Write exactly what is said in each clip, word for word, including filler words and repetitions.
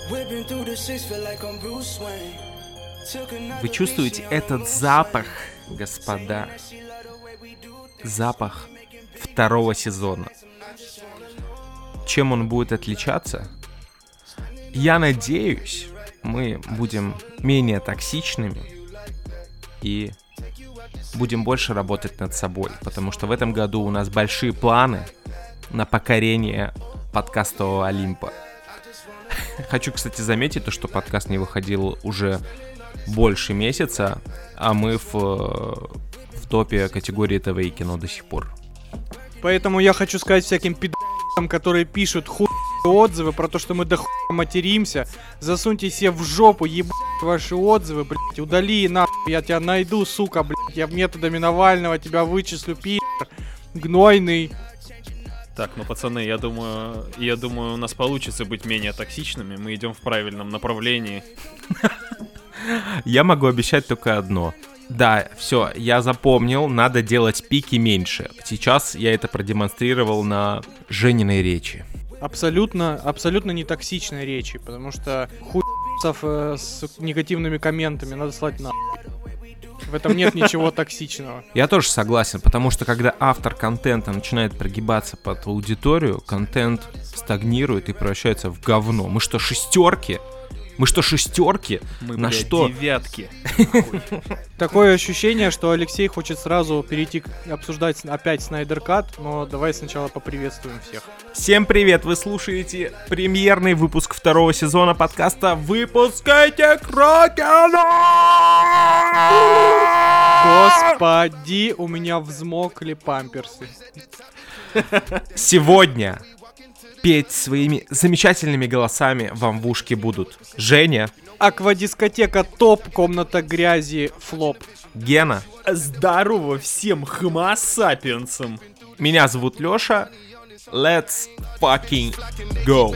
Вы чувствуете этот запах, господа? Запах второго сезона. Чем он будет отличаться? Я надеюсь, мы будем менее токсичными и будем больше работать над собой, потому что в этом году у нас большие планы на покорение подкастового Олимпа. Хочу, кстати, заметить то, что подкаст не выходил уже больше месяца, а мы в, в топе категории ТВ и кино до сих пор. Поэтому я хочу сказать всяким пидорам, которые пишут хуй отзывы про то, что мы до хуя материмся, засуньте себе в жопу, ебать ваши отзывы, блядь, удали нахуй, я тебя найду, сука, блядь, я методами Навального тебя вычислю, пидор, гнойный. Так, ну, пацаны, я думаю, я думаю, у нас получится быть менее токсичными, мы идем в правильном направлении. Я могу обещать только одно. Да, все, я запомнил, надо делать пики меньше. Сейчас я это продемонстрировал на Жениной речи. Абсолютно, абсолютно не токсичной речи, потому что хуйцев э, с негативными комментами надо слать нахуй. В этом нет ничего токсичного. Я тоже согласен, потому что когда автор контента начинает прогибаться под аудиторию, контент стагнирует и превращается в говно. Мы что, шестерки? Мы что, шестерки? Мы, на блядь, что? девятки. Такое ощущение, что Алексей хочет сразу перейти к обсуждать опять Снайдер Кат, но давай сначала поприветствуем всех. Всем привет! Вы слушаете премьерный выпуск второго сезона подкаста «Выпускайте Кракена!» Господи, у меня взмокли памперсы. Сегодня петь своими замечательными голосами вам в ушки будут Женя, Аквадискотека топ, комната грязи, флоп. Гена. Здорово всем хма-сапиенсам. Меня зовут Лёша. Let's fucking go.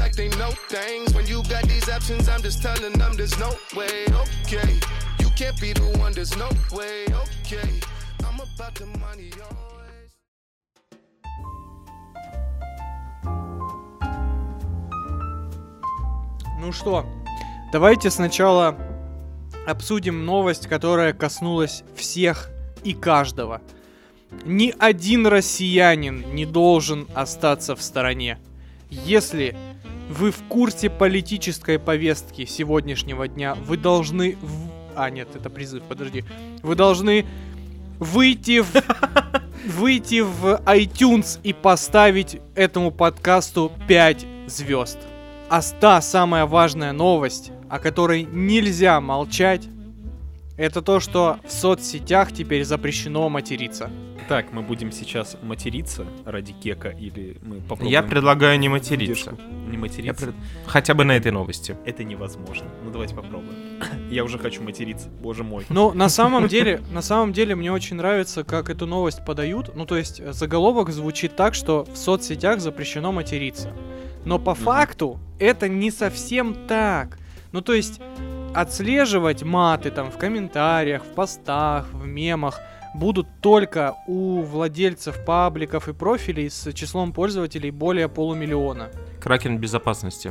Ну что, давайте сначала обсудим новость, которая коснулась всех и каждого. Ни один россиянин не должен остаться в стороне. Если вы в курсе политической повестки сегодняшнего дня, вы должны... В... А, нет, это призыв, подожди. Вы должны выйти в... выйти в iTunes и поставить этому подкасту пять звезд. А та самая важная новость, о которой нельзя молчать, это то, что в соцсетях теперь запрещено материться. Так, мы будем сейчас материться ради кека или мы попробуем... Я предлагаю не материться. Выдержку? Не материться? Пред... Хотя бы на этой новости. Это невозможно. Ну давайте попробуем. Я уже хочу материться, боже мой. Ну, на самом деле, на самом деле мне очень нравится, как эту новость подают. Ну, то есть заголовок звучит так, что в соцсетях запрещено материться. Но по mm-hmm. факту это не совсем так. Ну, то есть отслеживать маты там в комментариях, в постах, в мемах будут только у владельцев пабликов и профилей с числом пользователей более полумиллиона. Кракен безопасности.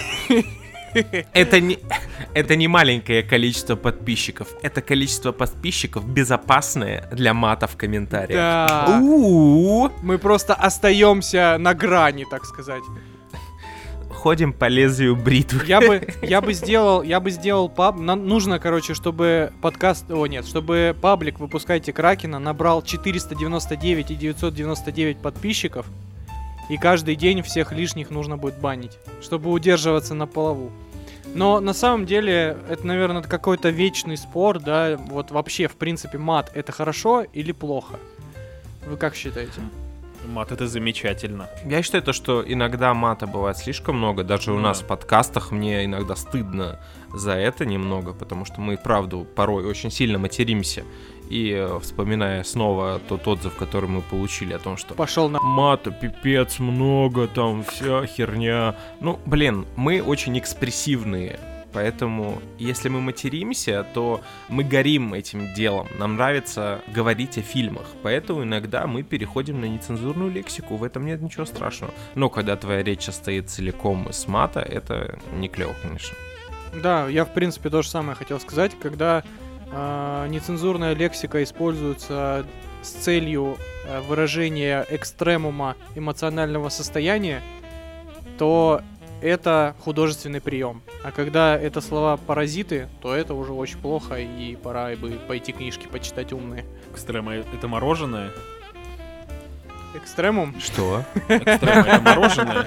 Это не, это не маленькое количество подписчиков. Это количество подписчиков безопасное для мата в комментариях. Да. У-у-у. Мы просто остаемся на грани, так сказать. Ходим по лезвию бритвы. Я бы, я бы сделал, я бы сделал паб. Нам нужно, короче, чтобы подкаст, о нет, чтобы паблик «Выпускайте Кракена» набрал четыреста девяносто девять и девятьсот девяносто девять подписчиков, и каждый день всех лишних нужно будет банить, чтобы удерживаться на плаву. Но на самом деле это, наверное, какой-то вечный спор, да, вот вообще, в принципе, мат — это хорошо или плохо? Вы как считаете? Мат — это замечательно. Я считаю, то, что иногда мата бывает слишком много. Даже у Да. нас в подкастах мне иногда стыдно за это немного, потому что мы, правда, порой очень сильно материмся. И э, вспоминая снова тот отзыв, который мы получили о том, что Пошел на... мата пипец много, там вся херня. Ну, блин, мы очень экспрессивные Поэтому, если мы материмся, то мы горим этим делом. Нам нравится говорить о фильмах. Поэтому иногда мы переходим на нецензурную лексику. В этом нет ничего страшного. Но когда твоя речь состоит целиком из мата, это не клево, конечно. Да, я в принципе то же самое хотел сказать. Когда э, нецензурная лексика используется с целью э, выражения экстремума эмоционального состояния, то это художественный прием. А когда это слова паразиты, то это уже очень плохо, и пора бы пойти книжки почитать умные. Экстрема — это мороженое? Экстремум? Что? Экстрема — это мороженое?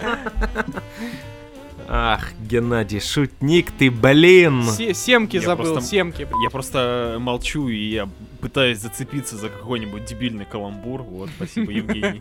Ах, Геннадий, шутник ты, блин! Се- семки Я забыл, просто- семки. Я просто молчу, и я пытаюсь зацепиться за какой-нибудь дебильный каламбур. Вот, спасибо, Евгений.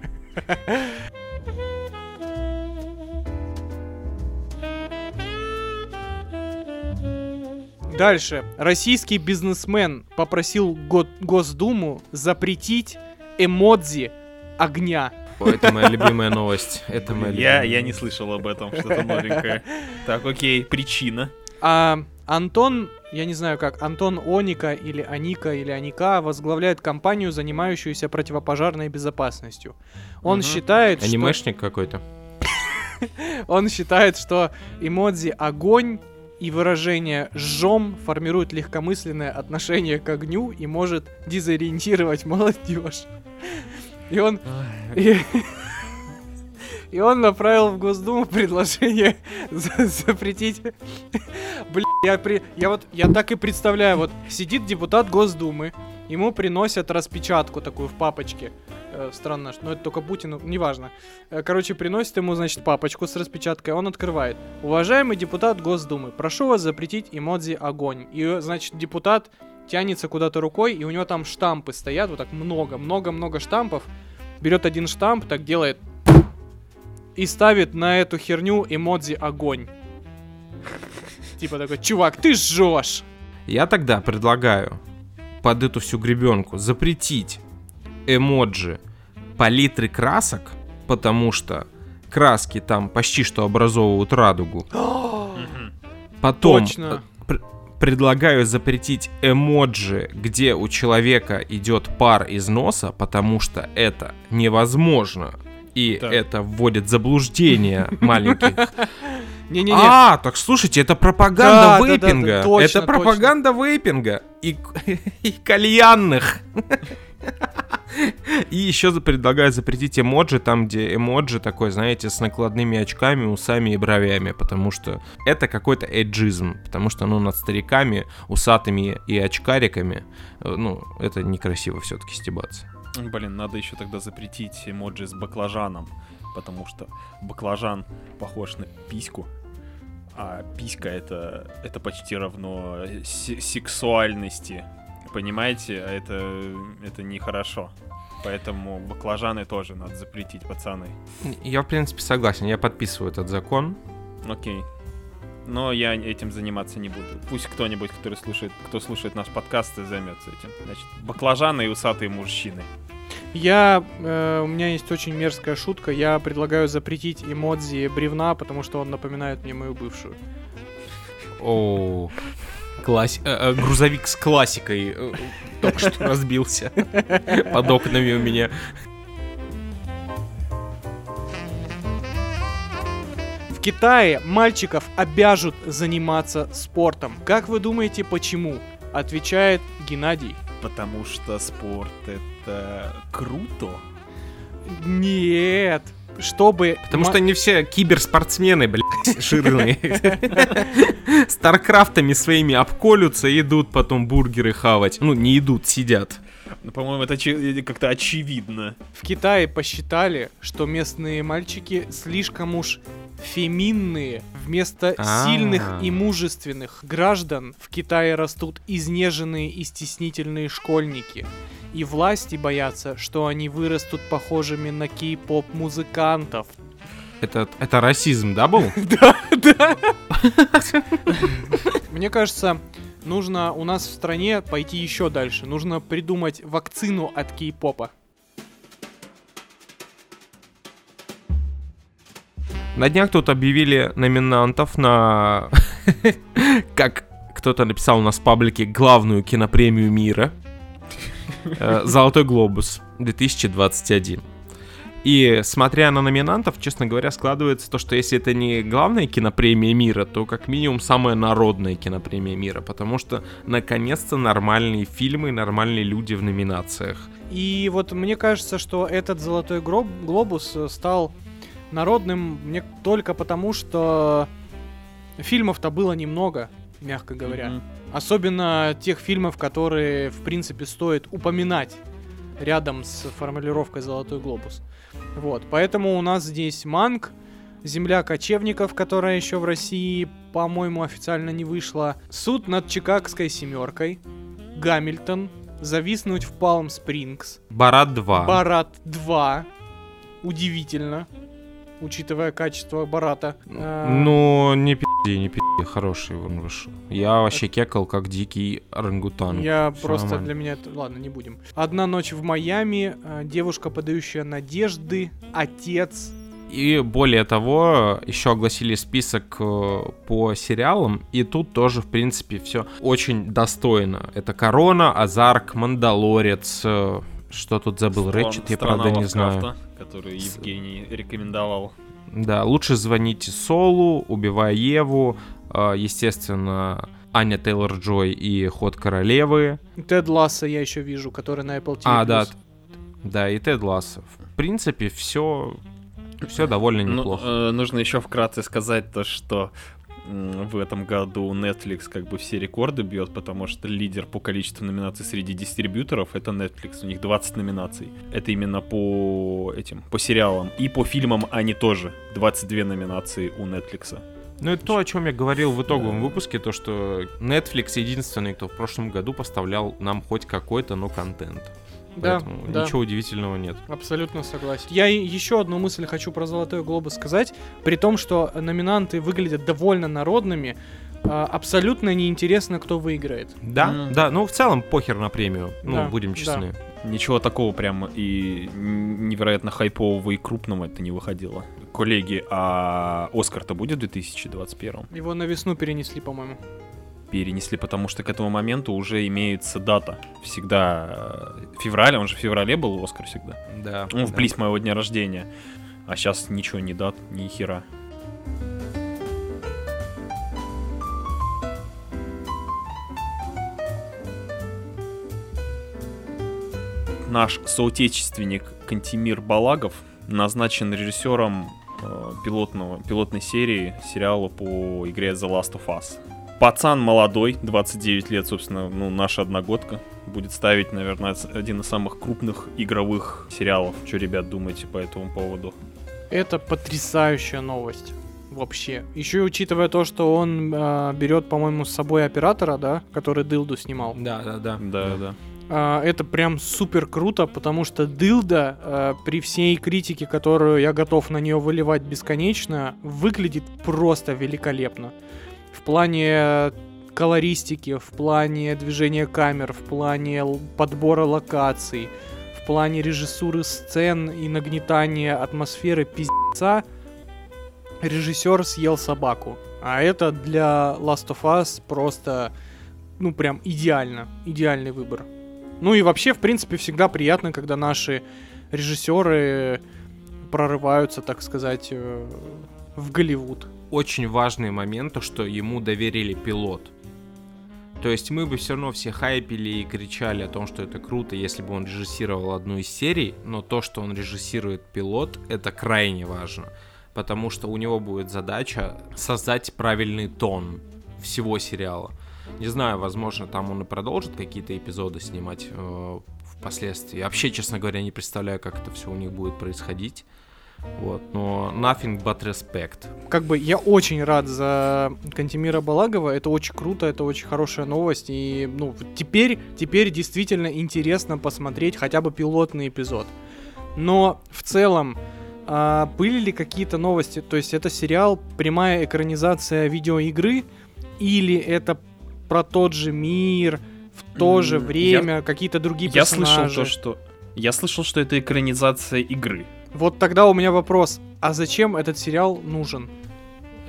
Дальше. Российский бизнесмен попросил Го- Госдуму запретить эмодзи огня. О, это моя любимая новость. Это моя Я, любимая я не слышал об этом, что-то новенькое. Так, окей, причина. А Антон, я не знаю как, Антон Оника или Аника или Аника возглавляет компанию, занимающуюся противопожарной безопасностью. Он Мгм. считает, что... Анимешник какой-то. Он считает, что эмодзи огонь и выражение «жжем» формирует легкомысленное отношение к огню и может дезориентировать молодежь. И он... И, и он направил в Госдуму предложение за- запретить... Блин, я, при, я вот я так и представляю, вот сидит депутат Госдумы, ему приносят распечатку такую в папочке. Э, странно, что- но это только Путину, неважно. Э, короче, приносит ему, значит, папочку с распечаткой, он открывает. Уважаемый депутат Госдумы, прошу вас запретить эмодзи огонь. И, э, значит, депутат тянется куда-то рукой, и у него там штампы стоят, вот так много, много-много штампов. Берет один штамп, так делает, и ставит на эту херню эмодзи огонь. Типа такой, чувак, ты жжешь. Я тогда предлагаю под эту всю гребенку запретить эмоджи палитры красок, потому что краски там почти что образовывают радугу. Мгм. Потом Точно. э, пр- предлагаю запретить эмоджи, где у человека идет пар из носа, потому что это невозможно. И Так. это вводит в заблуждение маленьких. Не-не-не. А, так слушайте, это пропаганда Да, да, да, вейпинга. да, точно, это пропаганда вейпинга и, и кальянных. И еще за- предлагаю запретить эмоджи там, где эмоджи такой, знаете, с накладными очками, усами и бровями, потому что это какой-то эйджизм, потому что, ну, над стариками, усатыми и очкариками, э, ну, это некрасиво все-таки стебаться. Блин, надо еще тогда запретить эмоджи с баклажаном, потому что баклажан похож на письку, а писька это, это почти равно се- сексуальности, понимаете? А это, это нехорошо. Поэтому баклажаны тоже надо запретить, пацаны. Я, в принципе, согласен, я подписываю этот закон. Окей. Но я этим заниматься не буду. Пусть кто-нибудь, который слушает, кто слушает наш подкаст, и займется этим. Значит, баклажаны и усатые мужчины. Я, э, у меня есть очень мерзкая шутка. Я предлагаю запретить эмодзи бревна, потому что он напоминает мне мою бывшую. О, класс... э, э, грузовик с классикой э, только что разбился под окнами у меня. В Китае мальчиков обяжут заниматься спортом. Как вы думаете, почему? Отвечает Геннадий. Потому что спорт это круто. Нет. Чтобы... Потому ма- что они все киберспортсмены, блядь, жирные. Старкрафтами своими обколются и идут потом бургеры хавать. Ну, не идут, сидят. Ну, по-моему, это очи- как-то очевидно. В Китае посчитали, что местные мальчики слишком уж феминные. Вместо А. сильных и мужественных граждан в Китае растут изнеженные и стеснительные школьники. И власти боятся, что они вырастут похожими на кей-поп музыкантов. Это, это расизм, да, был? Да, да. Мне кажется, нужно у нас в стране пойти еще дальше. Нужно придумать вакцину от кей-попа. На днях тут объявили номинантов на как кто-то написал у нас в паблике, главную кинопремию мира. «Золотой глобус» две тысячи двадцать один. И смотря на номинантов, честно говоря, складывается то, что если это не главная кинопремия мира, то как минимум самая народная кинопремия мира, потому что наконец-то нормальные фильмы, нормальные люди в номинациях. И вот мне кажется, что этот «Золотой глобус» стал народным мне только потому, что фильмов-то было немного, мягко говоря. Mm-hmm. Особенно тех фильмов, которые, в принципе, стоит упоминать рядом с формулировкой «Золотой глобус». Вот, поэтому у нас здесь «Манк», «Земля кочевников», которая еще в России, по-моему, официально не вышла, «Суд над Чикагской семеркой», «Гамильтон», «Зависнуть в Палм-Спрингс», «Борат два». «Борат два». Удивительно, учитывая качество Бората. Ну, не пи***ди, не пи***ди, хороший он вышел. Я вообще кекал, как дикий орангутан. Я Всё просто, нормально. для меня это... Ладно, не будем. «Одна ночь в Майами», «Девушка, подающая надежды», «Отец». И более того, еще огласили список по сериалам, и тут тоже, в принципе, все очень достойно. Это «Корона», «Озарк», «Мандалорец», что тут забыл, Рэтчет, я правда не знаю. Который Евгений рекомендовал. Да, «Лучше звоните Солу», «Убивая Еву», естественно, Аня Тейлор-Джой и «Ход королевы». Тед Лассо я еще вижу, который на Apple ти ви. А, да, да, и Тед Лассо. В принципе, все, все довольно неплохо. Ну, э, нужно еще вкратце сказать то, что э, в этом году Netflix как бы все рекорды бьет, потому что лидер по количеству номинаций среди дистрибьюторов — это Netflix. У них двадцать номинаций. Это именно по этим, по сериалам. И по фильмам они тоже. двадцать две номинации у Netflix. Ну, это то, о чем я говорил в итоговом да. выпуске, то, что Netflix единственный, кто в прошлом году поставлял нам хоть какой-то, но контент. Да, Поэтому да. ничего удивительного нет. Абсолютно согласен. Я еще одну мысль хочу про «Золотой глобус» сказать. При том, что номинанты выглядят довольно народными, абсолютно неинтересно, кто выиграет. Да, Mm. да, ну в целом похер на премию, ну Да, будем честны. Да. Ничего такого прям и невероятно хайпового и крупного это не выходило. Коллеги, а Оскар-то будет в две тысячи двадцать первом? Его на весну перенесли, по-моему. Перенесли, потому что к этому моменту уже имеется дата. Всегда февраль, он же в феврале был Оскар всегда. Да. Ну, да. вблизь моего дня рождения. А сейчас ничего не дат, ни хера. Наш соотечественник Кантемир Балагов назначен режиссером э, пилотного, пилотной серии сериала по игре The Last of Us. Пацан молодой, двадцать девять лет, собственно, ну, наша одногодка. Будет ставить, наверное, один из самых крупных игровых сериалов. Что, ребят, думаете по этому поводу? Это потрясающая новость. Вообще. Еще и учитывая то, что он э, берет, по-моему, с собой оператора, да, который Дылду снимал. Да, да, да. Да, да. Uh, это прям супер круто, потому что Дылда, uh, при всей критике, которую я готов на нее выливать бесконечно, выглядит просто великолепно. В плане колористики, в плане движения камер, в плане подбора локаций, в плане режиссуры сцен и нагнетания атмосферы пиздеца, режиссер съел собаку. А это для Last of Us просто, ну прям идеально, идеальный выбор. Ну и вообще, в принципе, всегда приятно, когда наши режиссеры прорываются, так сказать, в Голливуд. Очень важный момент, то, что ему доверили пилот. То есть мы бы все равно все хайпили и кричали о том, что это круто, если бы он режиссировал одну из серий, но то, что он режиссирует пилот, это крайне важно. Потому что у него будет задача создать правильный тон всего сериала. Не знаю, возможно, там он и продолжит какие-то эпизоды снимать э, впоследствии. Вообще, честно говоря, не представляю, как это все у них будет происходить. Вот, но nothing but respect. Как бы я очень рад за Кантемира Балагова. Это очень круто, это очень хорошая новость. И ну теперь, теперь действительно интересно посмотреть хотя бы пилотный эпизод. Но в целом а, были ли какие-то новости? То есть это сериал, прямая экранизация видеоигры, или это про тот же мир, в то же время, я, какие-то другие я персонажи. Слышал то, что, я слышал, что это экранизация игры. Вот тогда у меня вопрос, а зачем этот сериал нужен?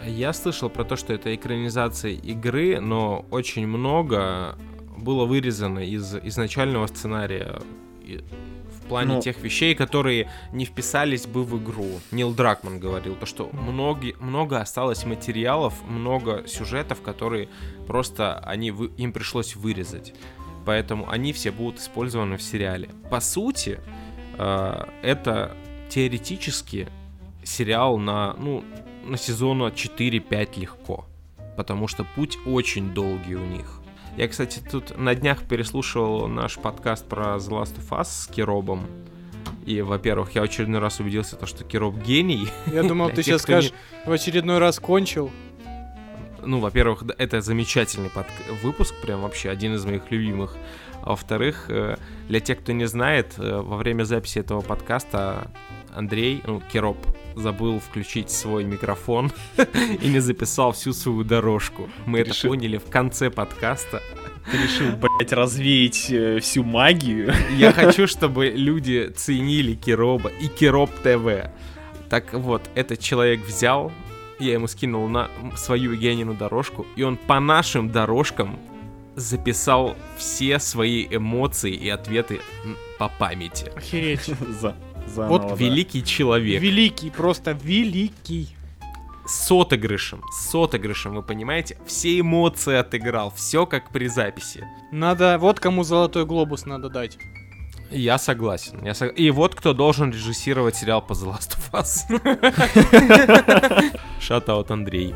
Я слышал про то, что это экранизация игры, но очень много было вырезано из изначального сценария в плане Ну. тех вещей, которые не вписались бы в игру. Нил Дракман говорил, то, что многие, много осталось материалов, много сюжетов, которые просто они, вы- им пришлось вырезать. Поэтому они все будут использованы в сериале. По сути, э, это теоретически сериал на, ну, на сезона четыре-пять легко. Потому что путь очень долгий у них. Я, кстати, тут на днях переслушивал наш подкаст про The Last of Us с Киробом. И, во-первых, я в очередной раз убедился, то, что Кироб гений. Я думал, Для ты тех, сейчас кто не- скажешь, в очередной раз кончил. Ну, во-первых, да, это замечательный подк- выпуск, прям вообще один из моих любимых. А во-вторых, э, для тех, кто не знает, э, во время записи этого подкаста Андрей, ну, Кироп, забыл включить свой микрофон и не записал всю свою дорожку. Мы это Решил. поняли в конце подкаста. Ты решил, блять, развеять э, всю магию. Я хочу, чтобы люди ценили Кироба и Кироп ТВ. Так вот, этот человек взял, я ему скинул на свою Генину дорожку, и он по нашим дорожкам записал все свои эмоции и ответы м, по памяти. Охереть. За, заново, Вот да. Великий человек. Великий, просто великий. С отыгрышем, с отыгрышем, вы понимаете? Все эмоции отыграл, все как при записи. Надо, вот кому золотой глобус надо дать. Я согласен. Я сог- И вот кто должен режиссировать сериал по The Last of Us. Шатаут Андрей.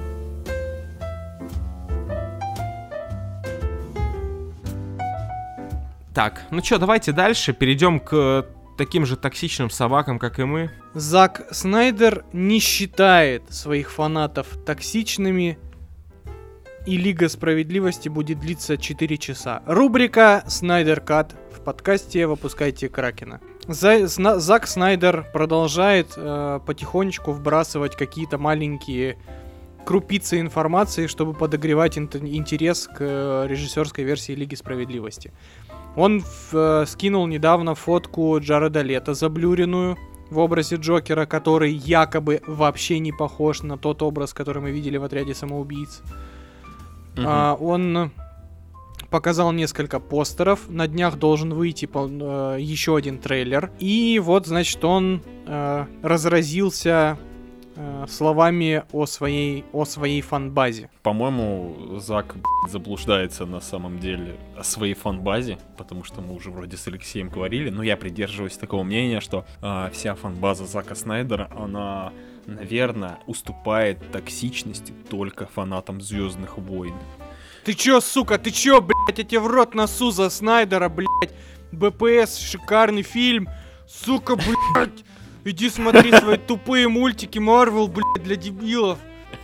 Так, ну что, давайте дальше перейдем к таким же токсичным собакам, как и мы. Зак Снайдер не считает своих фанатов токсичными, и Лига Справедливости будет длиться четыре часа. Рубрика «Снайдер Кат» в подкасте «Выпускайте Кракена». За- Сна- Зак Снайдер продолжает э, потихонечку вбрасывать какие-то маленькие крупицы информации, чтобы подогревать ин- интерес к э, режиссерской версии Лиги Справедливости. Он в- э, скинул недавно фотку Джареда Лето заблюренную в образе Джокера, который якобы вообще не похож на тот образ, который мы видели в «Отряде самоубийц». Мгм. А, он показал несколько постеров. На днях должен выйти пол- э, еще один трейлер. И вот, значит, он э, разразился э, словами о своей, о своей фан-базе. По-моему, Зак б***ь, заблуждается на самом деле о своей фан-базе, потому что мы уже вроде с Алексеем говорили, но я придерживаюсь такого мнения, что а, вся фан-база Зака Снайдера, она, наверное, уступает токсичности только фанатам Звездных войн. Ты чё, сука, ты чё, блядь, я тебе в рот носу за Снайдера, блядь. БПС, шикарный фильм. Сука, блядь. Иди смотри свои тупые мультики Марвел, блядь, для дебилов.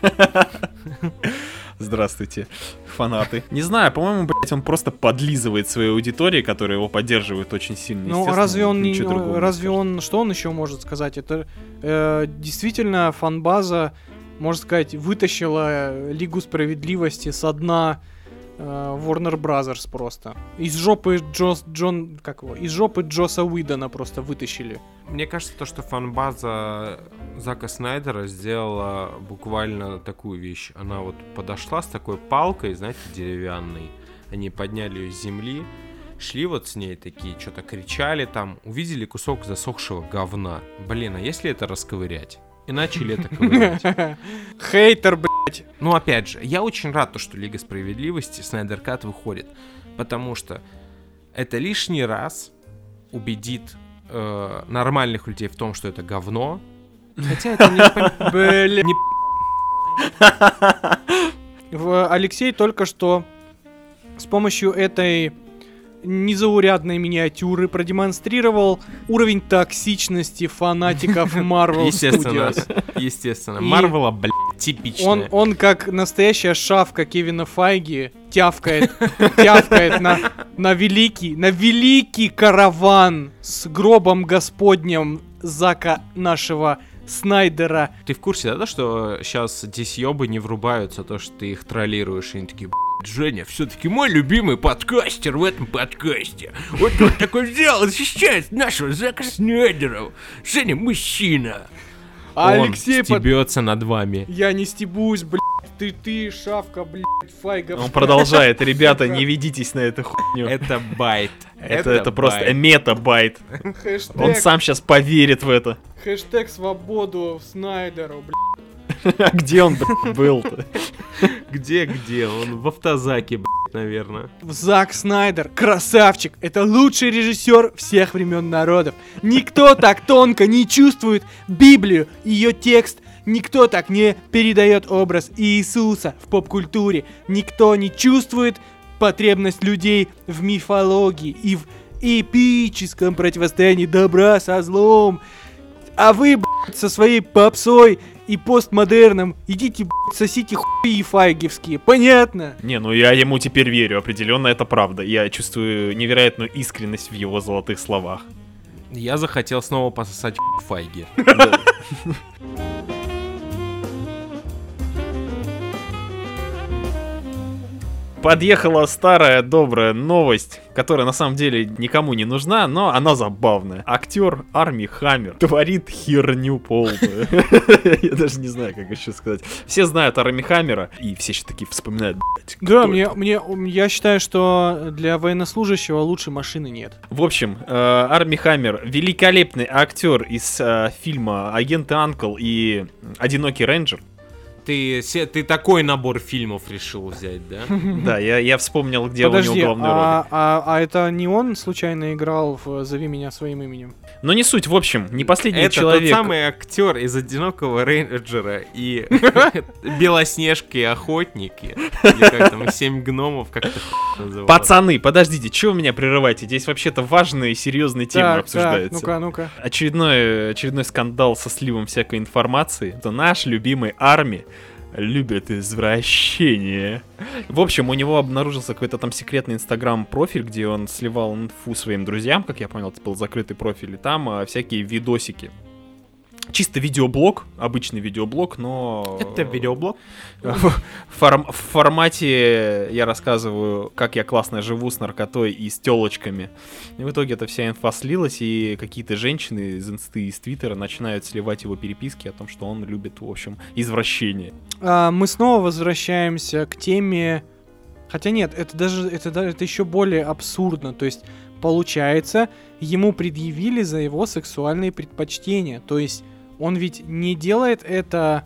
Здравствуйте, фанаты. Не знаю, по-моему, блядь, он просто подлизывает своей аудитории, которая его поддерживает очень сильно. Ну, Естественно, разве он не... ничего другого не Разве скажет. он... Что он еще может сказать? Это э, действительно фан-база, можно сказать, вытащила Лигу Справедливости со дна э, Warner Brothers просто. Из жопы Джос... Джон... Как его? Из жопы Джоса Уидона просто вытащили. Мне кажется, то, что фан-база Зака Снайдера сделала буквально такую вещь. Она вот подошла с такой палкой, знаете, деревянной. Они подняли ее с земли, шли вот с ней такие, что-то кричали там, увидели кусок засохшего говна. Блин, а если это расковырять? И начали это ковырять. Хейтер, блядь. Ну, опять же, я очень рад, то, что Лига Справедливости, Снайдер Кат выходит. Потому что это лишний раз убедит э, нормальных людей в том, что это говно. Хотя это не... пон- Бля. не- В- Алексей только что с помощью этой незаурядной миниатюры продемонстрировал уровень токсичности фанатиков Marvel Естественно, Studios. естественно. И- Марвела, блядь, типичная. Он, он как настоящая шавка Кевина Файги тявкает, тявкает на, на великий, на великий караван с гробом господним Зака нашего Снайдера. Ты в курсе, да, что сейчас десьёбы не врубаются, то, что ты их троллируешь, и они такие, «Блядь, Женя, все-таки мой любимый подкастер в этом подкасте. Вот он такой взял, защищает нашего Зака Снайдера. Женя мужчина». А Он Алексей под... стебется над вами. Я не стебусь, блядь. Ты, ты, шавка, блядь, файга. Он продолжает. Ребята, не ведитесь на эту хуйню. Это байт. Это, это просто мета-байт. Хэштег, Он сам сейчас поверит в это. хэштег свободу Снайдеру, блядь. А где он, блядь, был-то? Где-где? Он в автозаке, блядь, наверное. Зак Снайдер, красавчик, это лучший режиссер всех времен народов. Никто так тонко не чувствует Библию, ее текст. Никто так не передает образ Иисуса в поп-культуре. Никто не чувствует потребность людей в мифологии и в эпическом противостоянии добра со злом. А вы, блядь, со своей попсой и постмодерном идите, блядь, сосите хуи файгевские. Понятно? Не, ну я ему теперь верю, определенно это правда. Я чувствую невероятную искренность в его золотых словах. Я захотел снова пососать Файги. Подъехала старая добрая новость, которая на самом деле никому не нужна, но она забавная. Актер Арми Хаммер творит херню полную. Я даже не знаю, как еще сказать. Все знают Арми Хаммера, и все еще такие вспоминают, блядь, Да, кто мне, это? мне, я считаю, что для военнослужащего лучше машины нет. В общем, э, Арми Хаммер великолепный актер из э, фильма «Агенты Анкл» и «Одинокий рейнджер». Ты, се- ты такой набор фильмов решил взять, да? Да, я, я вспомнил, где Подожди, у него главную роль. а, а, а это не он случайно играл в «Зови меня своим именем»? Но не суть, в общем, не последний Это человек. тот самый актер из «Одинокого рейнджера» и «Белоснежки и охотники». Или как там, «Семь гномов», как это называлось. Пацаны, подождите, чего вы меня прерываете? Здесь вообще-то важные и серьезные темы Так, так, обсуждаются. ну-ка, ну-ка. Очередной, очередной скандал со сливом всякой информации. Это наш любимый Арми любит извращение. В общем, у него обнаружился какой-то там секретный инстаграм-профиль, где он сливал инфу своим друзьям, как я понял, это был закрытый профиль, и там а, всякие видосики. Чисто видеоблог, обычный видеоблог, но... Это видеоблог? В, форм- в формате я рассказываю, как я классно живу с наркотой и с телочками. И в итоге эта вся инфа слилась, и какие-то женщины из инсты и из твиттера начинают сливать его переписки о том, что он любит, в общем, извращение. А, мы снова возвращаемся к теме... Хотя нет, это даже это, да- это еще более абсурдно. То есть, получается, ему предъявили за его сексуальные предпочтения. То есть, он ведь не делает это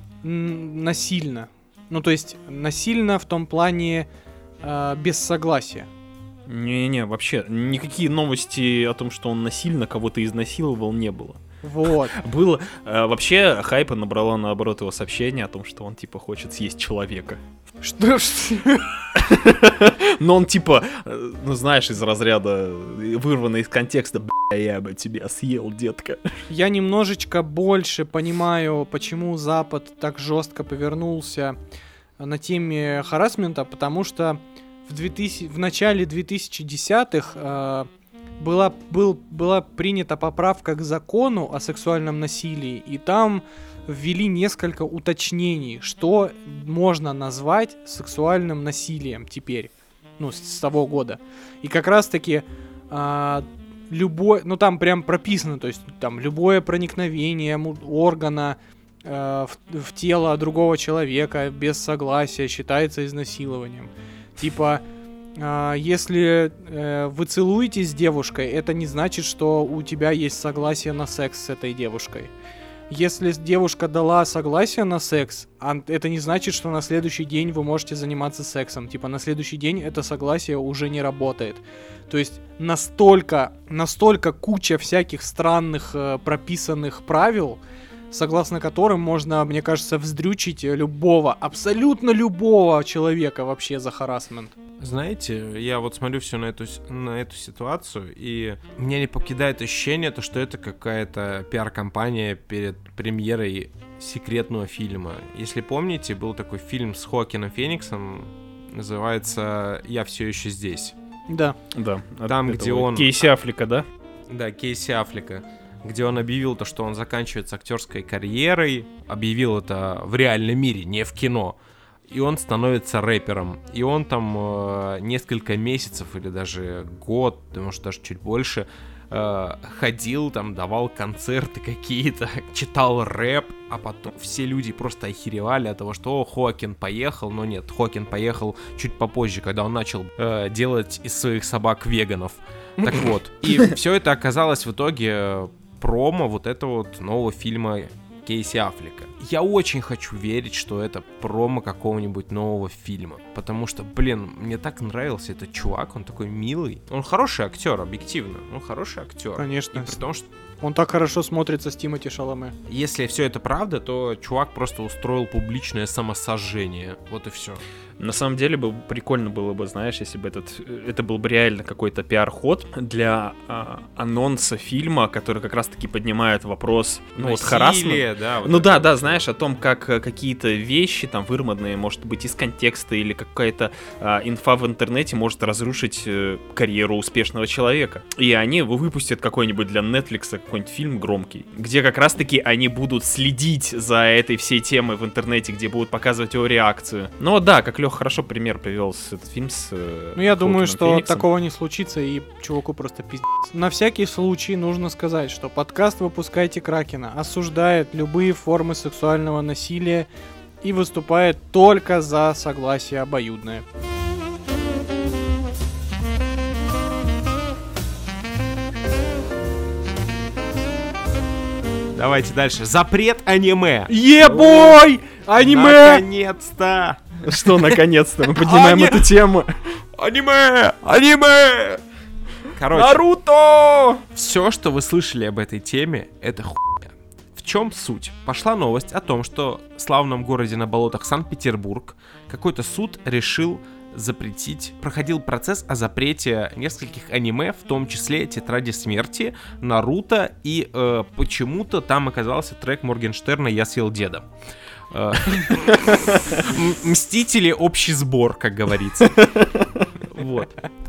м, насильно. Ну, то есть, насильно в том плане э, без согласия. Не-не, вообще, никакие новости о том, что он насильно кого-то изнасиловал, не было. Вот. Было, э, вообще, хайпа набрала, наоборот, его сообщение о том, что он, типа, хочет съесть человека. Что ж... Но он, типа, э, ну, знаешь, из разряда, э, вырванный из контекста, бля, я бы тебя съел, детка. Я немножечко больше понимаю, почему Запад так жестко повернулся на теме харассмента, потому что в, двухтысячном, в начале двухтысячных э, была, был, была принята поправка к закону о сексуальном насилии, и там ввели несколько уточнений, что можно назвать сексуальным насилием теперь, ну, с, с того года. И как раз-таки э, любой, ну там прям прописано, то есть там любое проникновение му- органа э, в, в тело другого человека без согласия считается изнасилованием. Типа, э, если э, вы целуетесь с девушкой, это не значит, что у тебя есть согласие на секс с этой девушкой. Если девушка дала согласие на секс, а это не значит, что на следующий день вы можете заниматься сексом. Типа на следующий день это согласие уже не работает. То есть настолько, настолько куча всяких странных э, прописанных правил, согласно которым можно, мне кажется, вздрючить любого, абсолютно любого человека вообще за харассмент. Знаете, я вот смотрю все на эту, с- на эту ситуацию, и меня не покидает ощущение, то, что это какая-то пиар-компания перед премьерой секретного фильма. Если помните, был такой фильм с Хоакином Фениксом, называется «Я все еще здесь». Да. Да. Там, от где этого он- Кейси Аффлека, да? Да, Кейси Аффлека, где он объявил то, что он заканчивает с актерской карьерой, объявил это в реальном мире, не в кино, и он становится рэпером. И он там э, несколько месяцев или даже год, может даже чуть больше, э, ходил, там, давал концерты какие-то, читал рэп, а потом все люди просто охеревали от того, что о, Хоакин поехал, но нет, Хоакин поехал чуть попозже, когда он начал э, делать из своих собак веганов. Так вот, и все это оказалось в итоге промо вот этого вот нового фильма Кейси Аффлека. Я очень хочу верить, что это промо какого-нибудь нового фильма, потому что, блин, мне так нравился этот чувак, он такой милый. Он хороший актер, объективно, он хороший актер. Конечно. И при том, что Он так хорошо смотрится с Тимоти Шаломе. если все это правда, то чувак просто устроил публичное самосожжение. Вот и все. На самом деле бы прикольно было бы, знаешь, если бы этот, это был бы реально какой-то пиар-ход для а, анонса фильма, который как раз-таки поднимает вопрос, ну вот харассмент. Да, вот ну да, вот. да, знаешь, о том, как а, какие-то вещи там вырванные, может быть, из контекста или какая-то а, инфа в интернете может разрушить а, карьеру успешного человека. И они выпустят какой-нибудь для Netflix какой-нибудь фильм громкий, где как раз-таки они будут следить за этой всей темой в интернете, где будут показывать его реакцию. Ну да, как Лех хорошо пример привел с этот фильм с Ну, я думаю, что Фениксом. такого не случится, и чуваку просто пиздец. На всякий случай нужно сказать, что подкаст «Выпускайте Кракена» осуждает любые формы сексуального насилия и выступает только за согласие обоюдное. Давайте дальше. Запрет аниме. Ебой! Аниме! Наконец-то! Что, наконец-то, мы поднимаем Ани- эту тему. Аниме! Аниме! Короче, Наруто! все, что вы слышали об этой теме, это хуйня. В чем суть? Пошла новость о том, что в славном городе на болотах Санкт-Петербург какой-то суд решил запретить, проходил процесс о запрете нескольких аниме, в том числе «Тетради смерти», «Наруто», и э, почему-то там оказался трек Моргенштерна «Я съел деда». Э, м- Мстители — общий сбор, как говорится. Вот.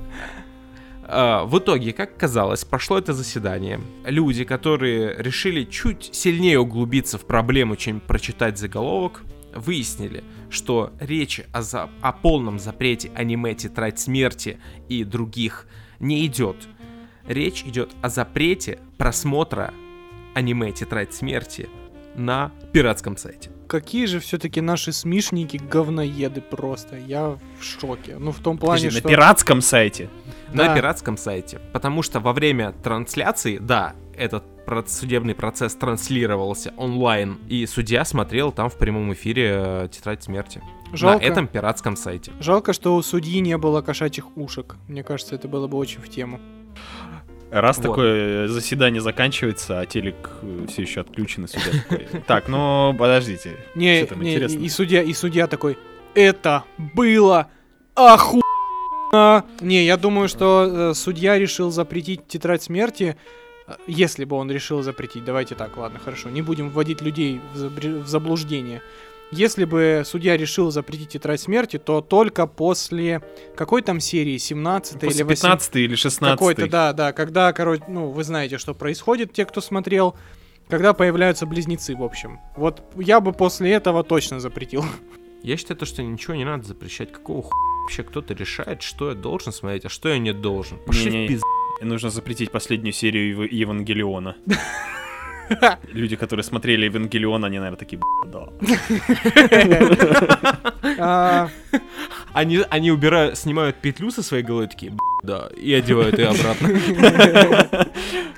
Uh, в итоге, как казалось, прошло это заседание. Люди, которые решили чуть сильнее углубиться в проблему, чем прочитать заголовок, выяснили, что речи о, за... о полном запрете аниме «Тетрадь смерти» и других не идет. Речь идет о запрете просмотра аниме «Тетрадь смерти» на пиратском сайте. Какие же все-таки наши смешники говноеды просто. Я в шоке. Ну, в том плане, Подожди, что... на пиратском сайте. На Да. пиратском сайте. Потому что во время трансляции, да, этот про- судебный процесс транслировался онлайн, и судья смотрел там в прямом эфире э, «Тетрадь смерти». Жалко. На этом пиратском сайте. Жалко, что у судьи не было кошачьих ушек. Мне кажется, это было бы очень в тему. Раз Вот. такое заседание заканчивается, а телек все еще отключен, и судья такой. Так, ну подождите. Не, Что там не, интересно? и, и судья, и судья такой, это было охуенно. Не, я думаю, что э, судья решил запретить «Тетрадь смерти», э, если бы он решил запретить. Давайте так, ладно, хорошо, не будем вводить людей в, забр- в заблуждение. Если бы судья решил запретить «Тетрадь смерти», то только после какой там серии, семнадцатой или После восемнадцатой? пятнадцатой или шестнадцатой. Какой-то, да, да, когда, короче, ну, вы знаете, что происходит, те, кто смотрел, когда появляются близнецы, в общем. Вот я бы после этого точно запретил. Я считаю, то, что ничего не надо запрещать. Какого хуя вообще кто-то решает, что я должен смотреть, а что я не должен? Пошли Не-не. в пизд... Нужно запретить последнюю серию Ев- Евангелиона. Люди, которые смотрели Евангелион, они, наверное, такие, «Б***ь, да». А, Они, они убирают, снимают петлю со своей головы, такие, «Б***ь, да, и одевают ее обратно.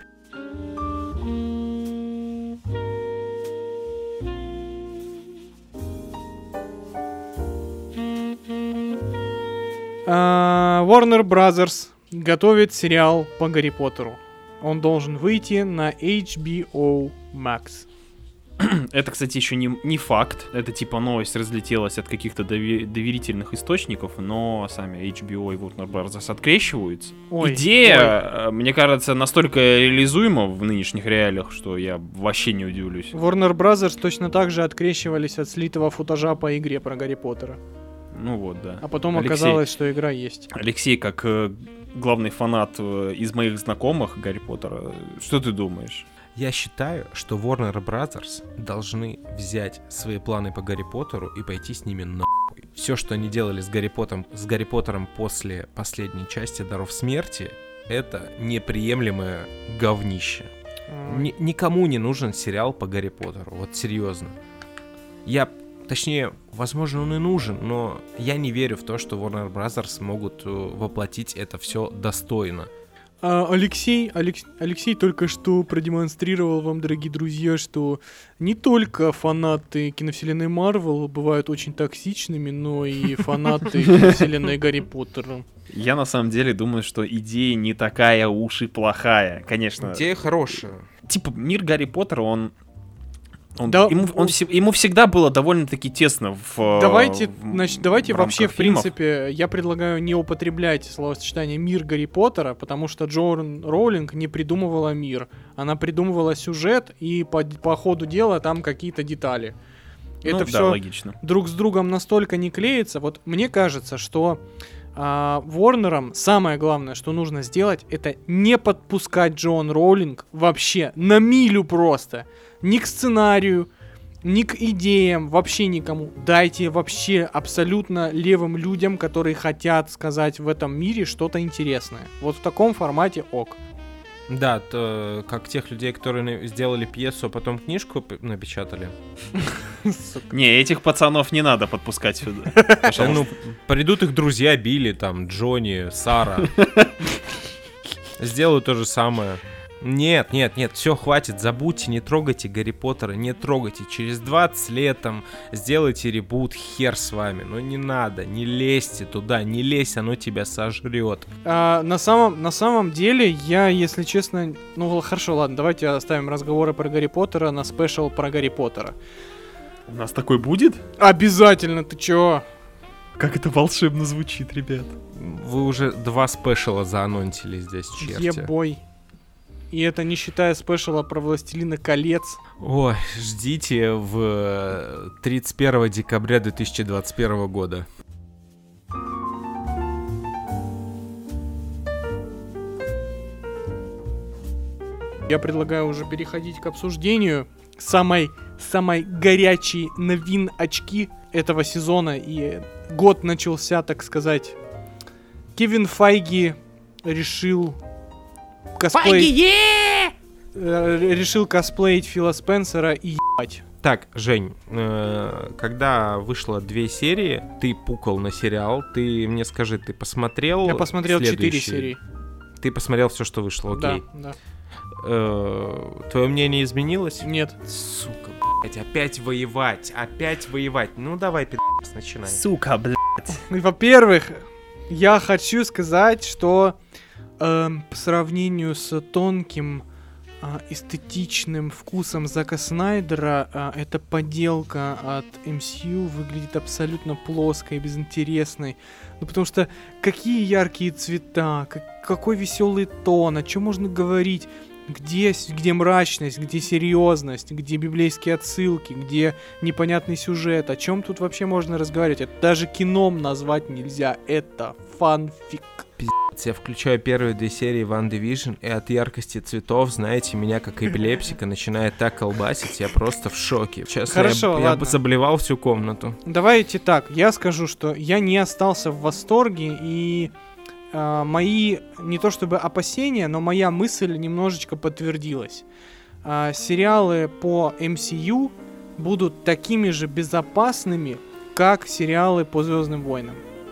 а, Warner Brothers готовит сериал по Гарри Поттеру. Он должен выйти на эйч би о Max. Это, кстати, еще не, не факт. Это типа новость разлетелась от каких-то дови- доверительных источников, но сами эйч би о и Warner Bros. Открещиваются. Ой, Идея, ой. э, мне кажется, настолько реализуема в нынешних реалиях, что я вообще не удивлюсь. Warner Brothers точно так же открещивались от слитого футажа по игре про Гарри Поттера. Ну вот, да. А потом Алексей. оказалось, что игра есть. Алексей, как э, главный фанат э, из моих знакомых Гарри Поттера, что ты думаешь? Я считаю, что Warner Brothers должны взять свои планы по Гарри Поттеру и пойти с ними нахуй. Все, что они делали с Гарри Поттером, с Гарри Поттером после последней части «Даров смерти», это неприемлемое говнище. А, Ни- никому не нужен сериал по Гарри Поттеру, вот серьезно. Я, точнее, возможно, он и нужен, но я не верю в то, что Warner Bros. Могут э, воплотить это все достойно. а, Алексей, Алекс- Алексей только что продемонстрировал вам, дорогие друзья, что не только фанаты киновселенной Марвел бывают очень токсичными, но и фанаты киновселенной Гарри Поттера. Я на самом деле думаю, что идея не такая уж и плохая. Конечно. Идея хорошая. Типа, мир Гарри Поттера, он... он- Да, ему, он в- все- ему всегда было довольно-таки тесно в... э, Давайте, в- значит, давайте в вообще, рамках в фильмов. принципе, я предлагаю не употреблять словосочетание «мир Гарри Поттера», потому что Джоан Роулинг не придумывала мир. Она придумывала сюжет, и по, по ходу дела там какие-то детали. Ну, Это да, все логично. друг с другом настолько не клеится. Вот мне кажется, что а, Ворнерам самое главное, что нужно сделать, это не подпускать Джоан Роулинг вообще на милю просто. Ни к сценарию, ни к идеям, вообще никому. Дайте вообще абсолютно левым людям, которые хотят сказать в этом мире что-то интересное. Вот в таком формате ок. Да, то, как тех людей, которые на- сделали пьесу, а потом книжку п- напечатали. Не, этих пацанов не надо подпускать сюда. Да, Пожалуйста. ну, придут их друзья Билли, там, Джонни, Сара. Сделаю то же самое. Нет, нет, нет, все, хватит, забудьте, не трогайте Гарри Поттера, не трогайте. Через двадцать лет там сделайте ребут, хер с вами. Но не надо, не лезьте туда, не лезь, оно тебя сожрет. А, на, самом, на самом деле, я, если честно... Ну, л- хорошо, ладно, давайте оставим разговоры про Гарри Поттера на спешл про Гарри Поттера. У нас такой будет? Обязательно, ты чё? Как это волшебно звучит, ребят. Вы уже два спешала заанонсили здесь, черти. Ебой. И это не считая спешала про Властелина колец. Ой, ждите в тридцать первого декабря две тысячи двадцать первого года. Я предлагаю уже переходить к обсуждению самой, самой горячей новин очки этого сезона. И год начался, так сказать. Кевин Файги решил косплей... э, решил косплеить Фила Спенсера и ебать. Так, Жень, э, когда вышло две серии, ты пукал на сериал, ты мне скажи, ты посмотрел Я посмотрел четыре следующие? серии. Ты посмотрел все, что вышло, окей. Да, да. Э, твое мнение изменилось? Нет. Сука, блядь, опять воевать, опять воевать. Ну давай, пи***ц, начинай. Сука, блядь. Во-первых, я хочу сказать, что эм, по сравнению с тонким а, эстетичным вкусом Зака Снайдера, а, эта поделка от эм си ю выглядит абсолютно плоской, безинтересной. Ну потому что какие яркие цвета, как- какой веселый тон, о чем можно говорить. Где, с- где мрачность, где серьезность, где библейские отсылки, где непонятный сюжет, о чем тут вообще можно разговаривать? Это даже кином назвать нельзя, это фанфик. Я включаю первые две серии Ван Division, и от яркости цветов, знаете, меня как эпилепсика начинает так колбасить, я просто в шоке. Честно, Хорошо, я, я ладно. бы заболевал всю комнату. Давайте так, я скажу, что я не остался в восторге, и а, мои, не то чтобы опасения, но моя мысль немножечко подтвердилась. А, сериалы по эм си ю будут такими же безопасными, как сериалы по Звездным войнам.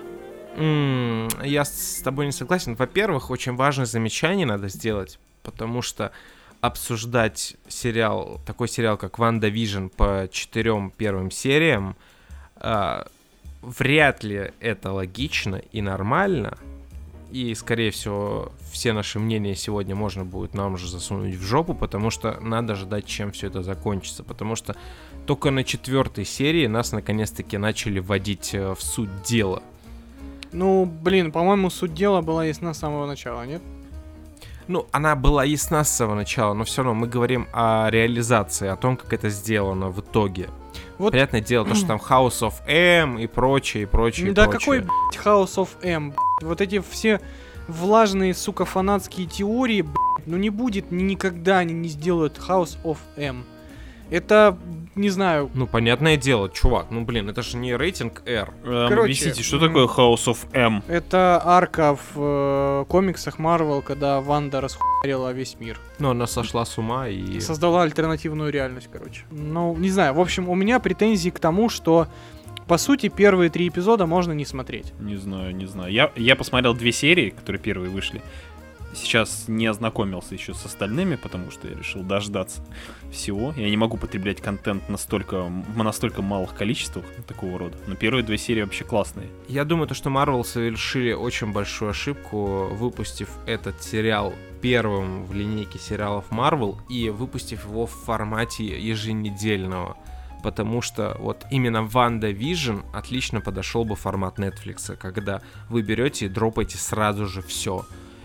М, Я с тобой не согласен. Во-первых, очень важное замечание надо сделать, потому что обсуждать сериал, такой сериал, как Ванда Вижн по четырем первым сериям, а, вряд ли это логично и нормально. И, скорее всего, все наши мнения сегодня можно будет нам же засунуть в жопу, потому что надо ждать, чем все это закончится. Потому что только на четвертой серии нас наконец-таки начали вводить э, в суть дела. Ну, блин, по-моему, суть дела была ясна с самого начала, нет? Ну, она была ясна с самого начала, но все равно мы говорим о реализации, о том, как это сделано в итоге. Вот. Понятное дело, то, что там House of M и прочее, и прочее, и Да прочее. какой, блядь, House of M, блядь? Вот эти все влажные, сука, фанатские теории, блядь, ну не будет, ни- никогда они не сделают House of M. Это, не знаю... Ну, понятное дело, чувак, ну, блин, это же не рейтинг R. Эм, Короче, объясните, что такое House of M? Это арка в э, комиксах Marvel, когда Ванда расхуярила весь мир. Ну, она сошла с ума и... Создала альтернативную реальность, короче. Ну, не знаю, в общем, у меня претензии к тому, что, по сути, первые три эпизода можно не смотреть. Не знаю, не знаю. Я, я посмотрел две серии, которые первые вышли. Сейчас не ознакомился еще с остальными, потому что я решил дождаться всего. Я не могу потреблять контент настолько, в настолько малых количествах такого рода. Но первые две серии вообще классные. Я думаю, то, что Marvel совершили очень большую ошибку, выпустив этот сериал первым в линейке сериалов Marvel и выпустив его в формате еженедельного. Потому что вот именно WandaVision отлично подошел бы формат Netflix, когда вы берете и дропаете сразу же все.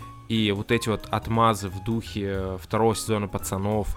И вот эти вот отмазы в духе второго сезона «Пацанов»,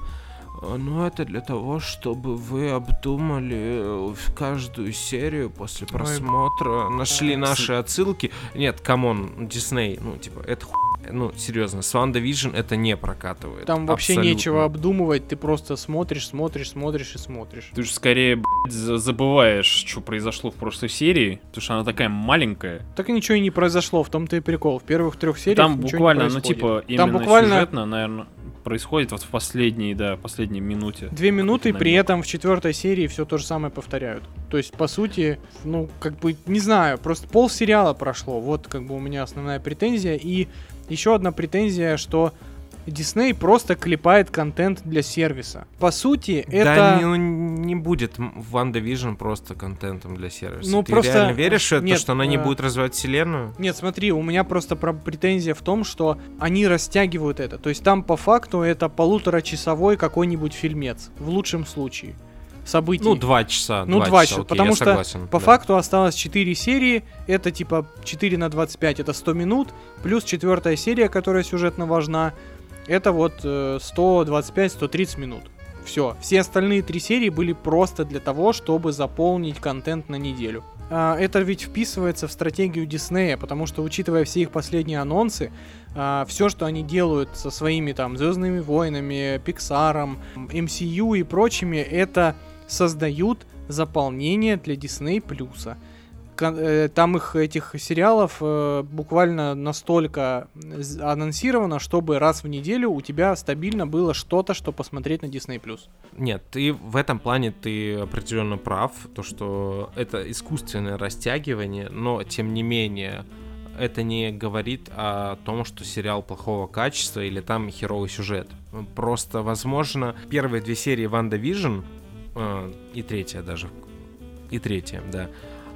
ну, это для того, чтобы вы обдумали каждую серию после просмотра, нашли наши отсылки. Нет, камон, Дисней, ну, типа, это хуй. Ну, серьезно, с WandaVision это не прокатывает. Там вообще абсолютно. Нечего обдумывать, ты просто смотришь, смотришь, смотришь и смотришь. Ты же скорее, блядь, забываешь, что произошло в прошлой серии, потому что она такая маленькая. Так и ничего и не произошло, в том-то и прикол. В первых трех сериях Там ничего буквально, не ну, происходит. типа, именно Там буквально сюжетно, наверное, происходит вот в последней, да, последней минуте. две минуты, Какой-то при намек. этом в четвертой серии все то же самое повторяют. То есть, по сути, ну, как бы, не знаю, просто пол сериала прошло. Вот, как бы, у меня основная претензия. И еще одна претензия, что Дисней просто клепает контент для сервиса. По сути, это... Да, не, ну, не будет WandaVision просто контентом для сервиса. Ну, Ты просто... реально веришь в это, Нет, что она не э, будет развивать вселенную? Нет, смотри, у меня просто про- претензия в том, что они растягивают это. То есть там по факту это полуторачасовой какой-нибудь фильмец. В лучшем случае. Событий. Ну, два часа. Ну, два часа, окей, потому я что согласен, По да. факту осталось четыре серии, это типа четыре на двадцать пять, это сто минут, плюс четвертая серия, которая сюжетно важна, это вот э, сто двадцать пять - сто тридцать минут. Все, все остальные три серии были просто для того, чтобы заполнить контент на неделю. А, это ведь вписывается в стратегию Диснея, потому что, учитывая все их последние анонсы, а, все, что они делают со своими там Звездными войнами, Пиксаром, эм си ю и прочими, это создают заполнение для Disney+. Кон- э, Там их, этих сериалов, э, буквально настолько з- анонсировано, чтобы раз в неделю у тебя стабильно было что-то, что посмотреть на Disney+. Нет, ты в этом плане ты определенно прав, то что это искусственное растягивание, но тем не менее это не говорит о том, что сериал плохого качества или там херовый сюжет. Просто, возможно, первые две серии WandaVision, э, и третья даже, и третья, да,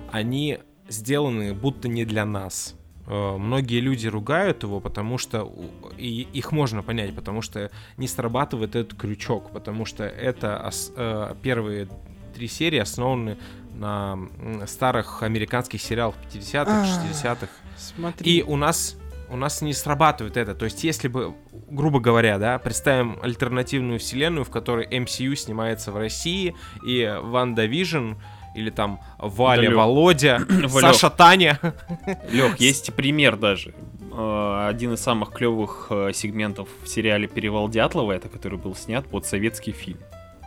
они сделаны будто не для нас. Э, многие люди ругают его, потому что у- и их можно понять, потому что не срабатывает этот крючок, потому что это ос- э, первые три серии основаны на м, старых американских сериалах пятидесятых, А. шестидесятых. Смотри. И у нас у нас не срабатывает это. То есть, если бы, грубо говоря, да, представим альтернативную вселенную, в которой эм си ю снимается в России, и WandaVision, или там Валя, Да, Лёх. Володя, Лёх. Саша, Таня. Лех, есть пример даже. Э, Один из самых клевых э, сегментов в сериале «Перевал Дятлова», это который был снят под советский фильм.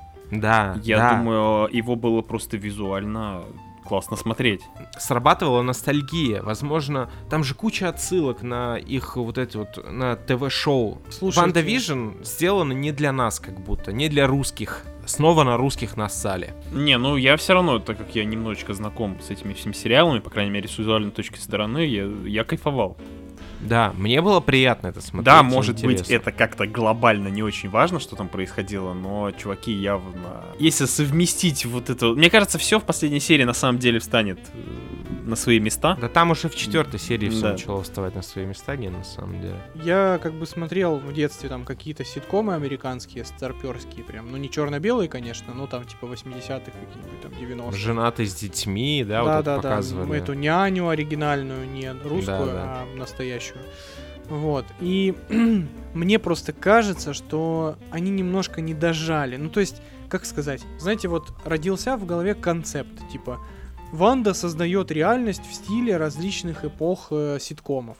Да, Я да. думаю, его было просто визуально классно смотреть. Срабатывала ностальгия. Возможно, там же куча отсылок на их вот эти вот, на ТВ-шоу. Слушайте. WandaVision сделано не для нас, как будто, не для русских. Снова на русских нассали. Не, ну я все равно, так как я немножечко знаком с этими всеми сериалами, по крайней мере, с визуальной точки стороны, я, я кайфовал. Да, мне было приятно это смотреть. Да, и может быть, интересно. это как-то глобально не очень важно, что там происходило, но чуваки явно... Если совместить вот это... Мне кажется, все в последней серии на самом деле встанет э, на свои места. Да там уже в четвертой серии все Да. начало вставать на свои места, не на самом деле. Я как бы смотрел в детстве там какие-то ситкомы американские, старперские прям. Ну, не черно-белые, конечно, но там типа восьмидесятых, какие-нибудь там девяностых. Женатый с детьми, да, вот Да, это да, да. показывали. Эту няню оригинальную, не русскую, Да, да. а настоящую. Вот. И мне просто кажется, что они немножко не дожали. Ну, то есть, как сказать, знаете, вот родился в голове концепт, типа, Ванда создает реальность в стиле различных эпох э, ситкомов.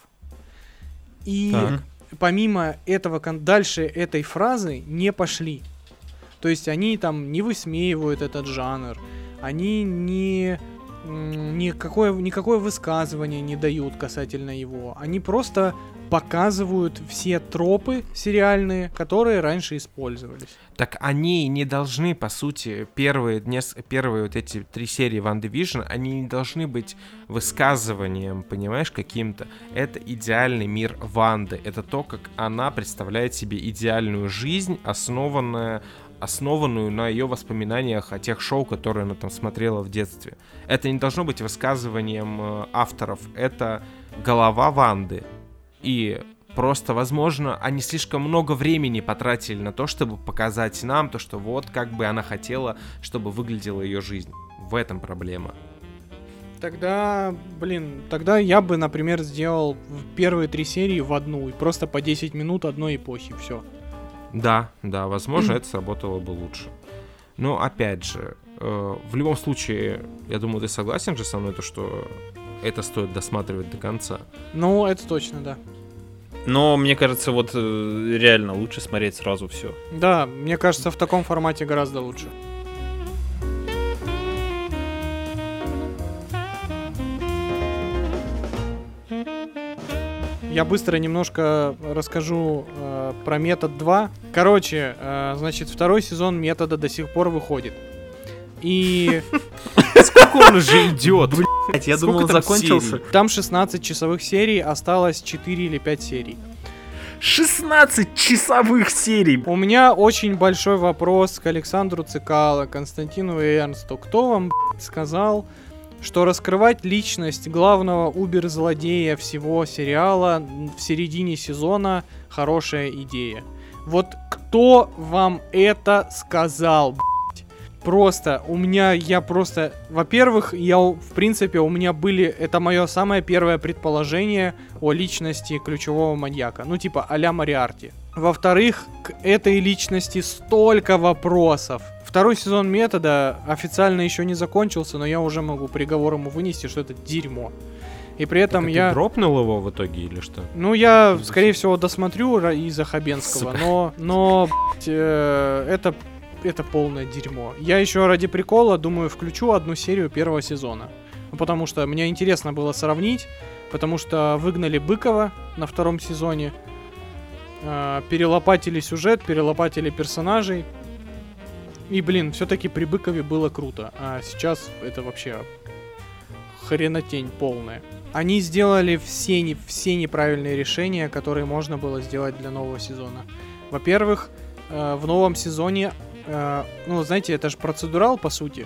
И Так. помимо этого, кон- дальше этой фразы не пошли. То есть они там не высмеивают этот жанр, они не... Никакое, никакое высказывание не дают касательно его. Они просто показывают все тропы сериальные, которые раньше использовались. Так они не должны, по сути, первые, нес... первые вот эти три серии Ван Дивижн, они не должны быть высказыванием, понимаешь, каким-то. Это идеальный мир Ванды. Это то, как она представляет себе идеальную жизнь, основанная... основанную на ее воспоминаниях о тех шоу, которые она там смотрела в детстве. Это не должно быть высказыванием э, авторов, это голова Ванды. И просто, возможно, они слишком много времени потратили на то, чтобы показать нам то, что вот как бы она хотела, чтобы выглядела ее жизнь. В этом проблема. Тогда, блин, тогда я бы, например, сделал первые три серии в одну, и просто по десять минут одной эпохи, все. Да, да, возможно, это сработало бы лучше. Но, опять же, э, в любом случае, я думаю, ты согласен же со мной, то, что это стоит досматривать до конца. Ну, это точно, да. Но, мне кажется, вот э, реально лучше смотреть сразу все. Да, мне кажется, в таком формате гораздо лучше. Я быстро немножко расскажу э, про метод два. Короче, э, значит, второй сезон метода до сих пор выходит. И... Сколько он уже идет? Блять, я думал, он закончился. Там шестнадцать часовых серий, осталось четыре или пять серий. шестнадцать часовых серий! У меня очень большой вопрос к Александру Цикало, Константину Эрнсту. Кто вам, блядь, сказал, что раскрывать личность главного убер-злодея всего сериала в середине сезона хорошая идея? Вот кто вам это сказал, блядь? Просто у меня, я просто... Во-первых, я, в принципе, у меня были... Это мое самое первое предположение о личности ключевого маньяка. Ну, типа, а-ля Мориарти. Во-вторых, к этой личности столько вопросов. Второй сезон метода официально еще не закончился, но я уже могу приговор ему вынести, что это дерьмо. И при этом так я... Ты дропнул его в итоге или что? Ну, я, скорее всего, досмотрю из-за Хабенского, Сука. но, но блядь, э, это, это полное дерьмо. Я еще ради прикола, думаю, включу одну серию первого сезона. Ну, потому что мне интересно было сравнить, потому что выгнали Быкова на втором сезоне, э, перелопатили сюжет, перелопатили персонажей. И, блин, все-таки при Быкове было круто, а сейчас это вообще хренотень полная. Они сделали все, не, все неправильные решения, которые можно было сделать для нового сезона. Во-первых, э, в новом сезоне, э, ну, знаете, это же процедурал, по сути.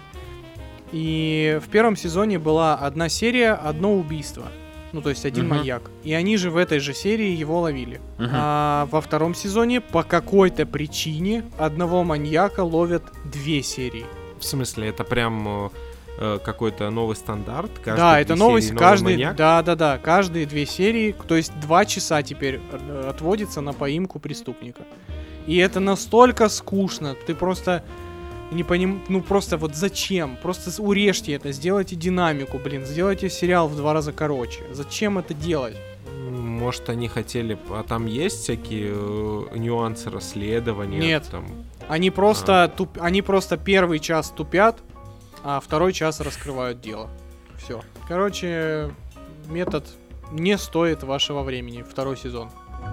И в первом сезоне была одна серия, одно убийство. Ну, то есть один uh-huh. маньяк. И они же в этой же серии его ловили. Uh-huh. А во втором сезоне по какой-то причине одного маньяка ловят две серии. В смысле, это прям э, какой-то новый стандарт? Да, это новость. Каждый, да, да, да. Каждые две серии, то есть два часа теперь отводится на поимку преступника. И это настолько скучно. Ты просто не поним... Ну просто вот зачем? Просто урежьте это, сделайте динамику, блин, сделайте сериал в два раза короче. Зачем это делать? Может, они хотели... А там есть всякие э, нюансы расследования? Нет. Там... Они просто, а. туп... они просто первый час тупят, а второй час раскрывают дело. Все. Короче, метод не стоит вашего времени. Второй сезон.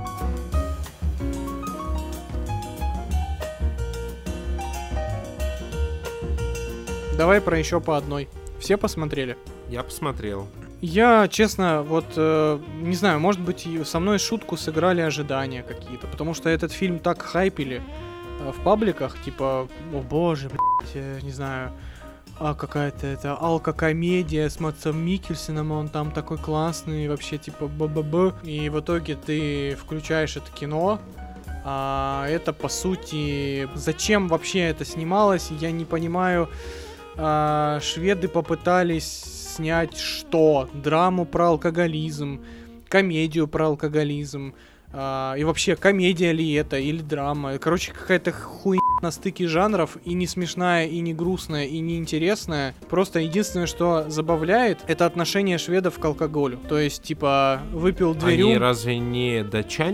Давай про еще по одной. Все посмотрели? Я посмотрел. Я, честно, вот, э, не знаю, может быть, со мной шутку сыграли ожидания какие-то, потому что этот фильм так хайпили э, в пабликах, типа, о боже, блядь, э, не знаю, а какая-то это алкокомедия с Мадсом Миккельсеном, он там такой классный, вообще, типа, б-б-б. И в итоге ты включаешь это кино, а это, по сути, зачем вообще это снималось, я не понимаю. А, шведы попытались снять что? Драму про алкоголизм, комедию про алкоголизм, а, и вообще, комедия ли это или драма. Короче, какая-то хуйня на стыке жанров, и не смешная, и не грустная, и не интересная. Просто единственное, что забавляет, это отношение шведов к алкоголю. То есть, типа, выпил две рюмки. Они разве не датчане?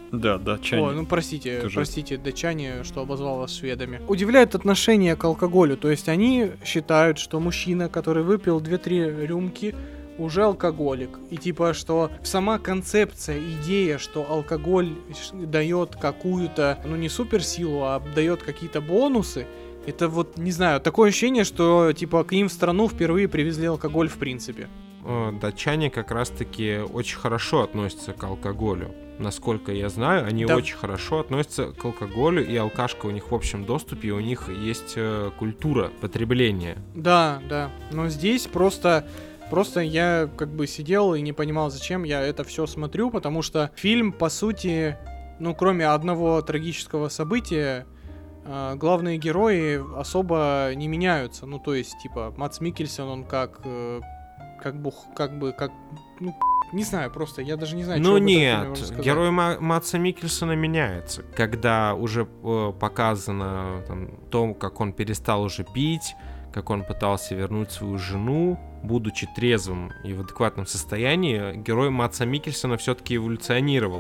Да, датчане. О, ну простите, Тоже... простите, датчане, что обозвал вас шведами. Удивляет отношение к алкоголю. То есть они считают, что мужчина, который выпил две-три рюмки, уже алкоголик. И типа, что сама концепция, идея, что алкоголь дает какую-то, ну не суперсилу, а дает какие-то бонусы, это вот, не знаю, такое ощущение, что типа к ним в страну впервые привезли алкоголь в принципе. Датчане как раз-таки очень хорошо относятся к алкоголю. Насколько я знаю, они да. очень хорошо относятся к алкоголю, и алкашка у них в общем доступе, и у них есть э, культура потребления. Да, да. Но здесь просто... Просто я как бы сидел и не понимал, зачем я это все смотрю, потому что фильм, по сути, ну, кроме одного трагического события, э, главные герои особо не меняются. Ну, то есть, типа, Мадс Миккельсен, он как... Э, как бы... Как бы... Как, ну, не знаю, просто, я даже не знаю, ну, что нет, герой Ма- Мадса Миккельсена меняется. Когда уже э, показано там, то, как он перестал уже пить, как он пытался вернуть свою жену, будучи трезвым и в адекватном состоянии, герой Мадса Миккельсена все-таки эволюционировал.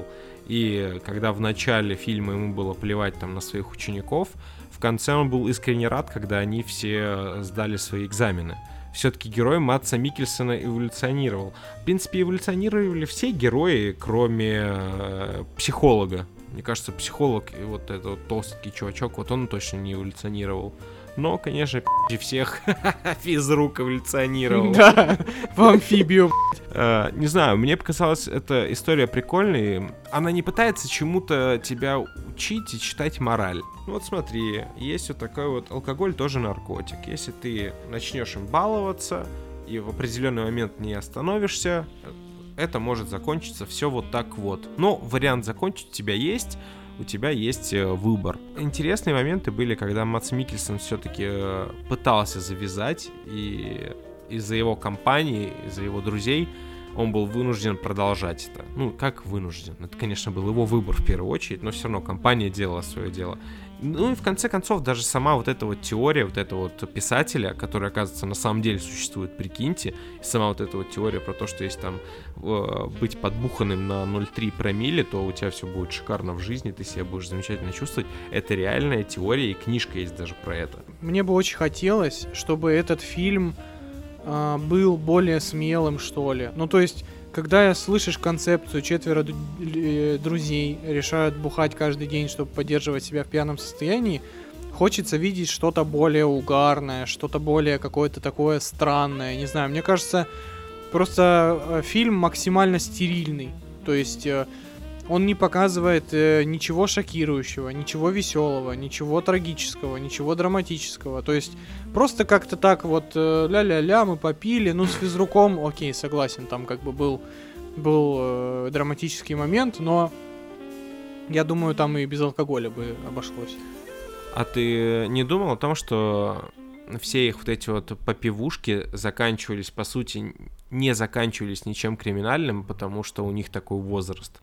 И когда в начале фильма ему было плевать там на своих учеников, в конце он был искренне рад, когда они все сдали свои экзамены. Все-таки герой Мадса Миккельсена эволюционировал. В принципе, эволюционировали все герои, кроме э, психолога. Мне кажется, психолог и вот этот вот толстенький чувачок, вот он точно не эволюционировал. Но, конечно, пи*** всех физрук эволюционировал. Да, в амфибию. Uh, не знаю, мне показалась эта история прикольной. Она не пытается чему-то тебя учить и читать мораль. Вот смотри, есть вот такой вот алкоголь, тоже наркотик. Если ты начнешь им баловаться и в определенный момент не остановишься, это может закончиться все вот так вот. Но вариант закончить у тебя есть. У тебя есть выбор. Интересные моменты были, когда Мадс Миккельсен все-таки пытался завязать, и из-за его компании, из-за его друзей он был вынужден продолжать это. Ну, как вынужден? Это, конечно, был его выбор в первую очередь, но все равно компания делала свое дело. Ну и в конце концов, даже сама вот эта вот теория, вот этого вот писателя, который, оказывается, на самом деле существует, прикиньте, и сама вот эта вот теория про то, что если там э, быть подбуханным на ноль целых три промилле, то у тебя все будет шикарно в жизни, ты себя будешь замечательно чувствовать. Это реальная теория, и книжка есть даже про это. Мне бы очень хотелось, чтобы этот фильм э, был более смелым, что ли. Ну, то есть... Когда слышишь концепцию, четверо друзей решают бухать каждый день, чтобы поддерживать себя в пьяном состоянии, хочется видеть что-то более угарное, что-то более какое-то такое странное. Не знаю, мне кажется, просто фильм максимально стерильный. То есть он не показывает ничего шокирующего, ничего веселого, ничего трагического, ничего драматического. То есть просто как-то так вот ля-ля-ля, мы попили, ну с физруком, окей, согласен, там как бы был, был э, драматический момент, но я думаю, там и без алкоголя бы обошлось. А ты не думал о том, что все их вот эти вот попивушки заканчивались, по сути, не заканчивались ничем криминальным, потому что у них такой возраст?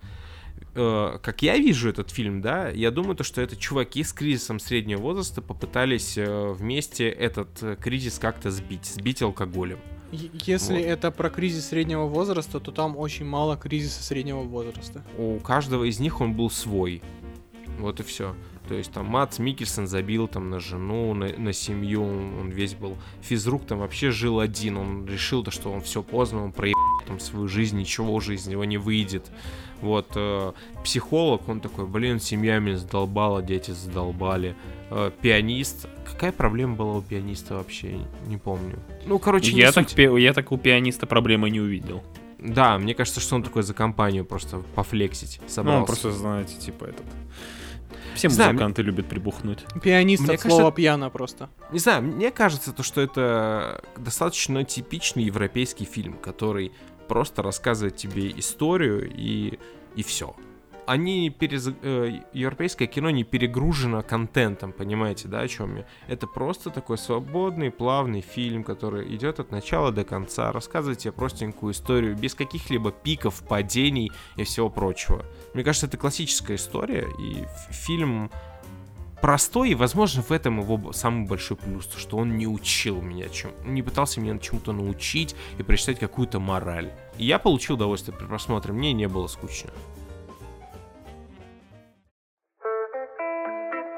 Как я вижу этот фильм, да, я думаю, то, что это чуваки с кризисом среднего возраста попытались вместе этот кризис как-то сбить, сбить алкоголем. Если вот. Это про кризис среднего возраста, то там очень мало кризиса среднего возраста. У каждого из них он был свой. Вот и все. То есть там Мадс Миккельсен забил там на жену, на, на семью, он весь был. Физрук там вообще жил один, он решил, то, что он все поздно, он проебал там свою жизнь, ничего уже из него не выйдет. Вот, э, психолог, он такой, блин, семья меня задолбала, дети задолбали. Э, пианист, какая проблема была у пианиста вообще, не помню. Ну, короче, я так, пи- я так у пианиста проблемы не увидел. Да, мне кажется, что он такой за компанию просто пофлексить собрался. Ну, он просто, знаете, типа этот... Все знаю, музыканты мне... любят прибухнуть. Пианист мне от слова кажется... пьяно просто. Не знаю, мне кажется, то, что это достаточно типичный европейский фильм, который просто рассказывает тебе историю и, и все. Они перез... э, европейское кино не перегружено контентом, понимаете, да, о чем я? Это просто такой свободный, плавный фильм, который идет от начала до конца, рассказывает тебе простенькую историю, без каких-либо пиков, падений и всего прочего. Мне кажется, это классическая история, и фильм простой, и, возможно, в этом его самый большой плюс, что он не учил меня, чем... не пытался меня чему-то научить и прочитать какую-то мораль. И я получил удовольствие при просмотре, мне не было скучно.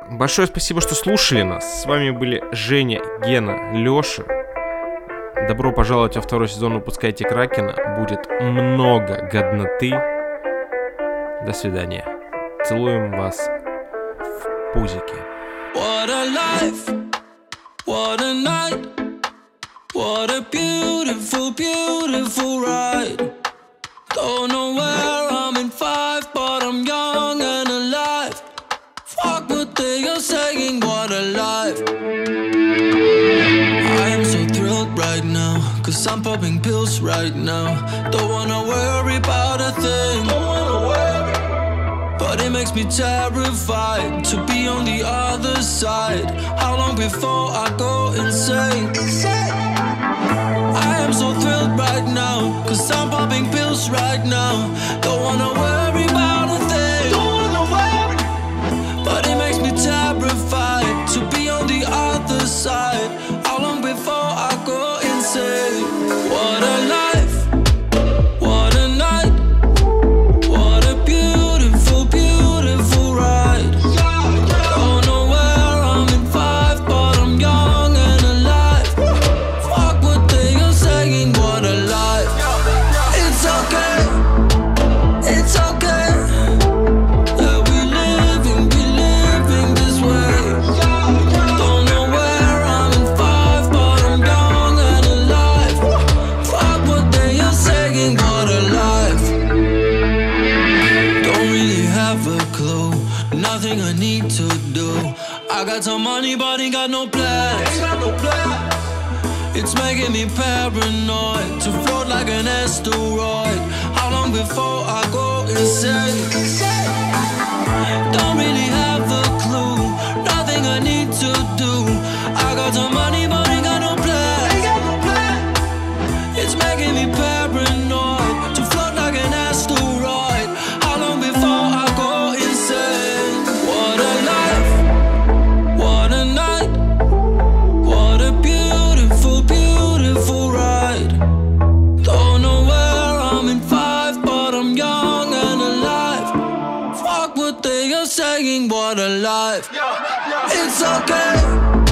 Большое спасибо, что слушали нас. С вами были Женя, Гена, Лёша. Добро пожаловать во второй сезон «Выпускайте Кракена». Будет много годноты. До свидания. Целуем вас в пузике. What a life, what a night, what a beautiful, beautiful ride. Don't know where I'm in five, but I'm young and alive. Fuck what they are saying, what a life. I am so thrilled right now, cause I'm popping pills right now. Don't wanna worry about a thing, don't wanna worry. But it makes me terrified to be on the other side. How long before I go insane? I am so thrilled right now, cause I'm popping pills right now. Don't wanna worry about a thing, don't wanna worry. But it makes me terrified to be on the other side. How long before I go insane? What a life, what a night, what a beautiful, beautiful ride. Don't know where I'm in five, but I'm young and alive. Fuck what they are saying, what a life. It's okay, it's okay that we living, be living this way. Don't know where I'm in five, but I'm young and alive. Fuck what they are saying, what a life. Don't really have a clue, nothing I need to do. I got some money, but ain't got no plans. It's making me paranoid to float like an asteroid. How long before I go insane? Don't really have a clue, nothing I need to do. I got some money, but ain't got no plans. It's making me paranoid to float like an asteroid. How long before I go insane? What a life, what a night, what a beautiful, beautiful ride. Don't know where I'm in five, but I'm young and alive. Fuck what they are saying, what a life. It's okay.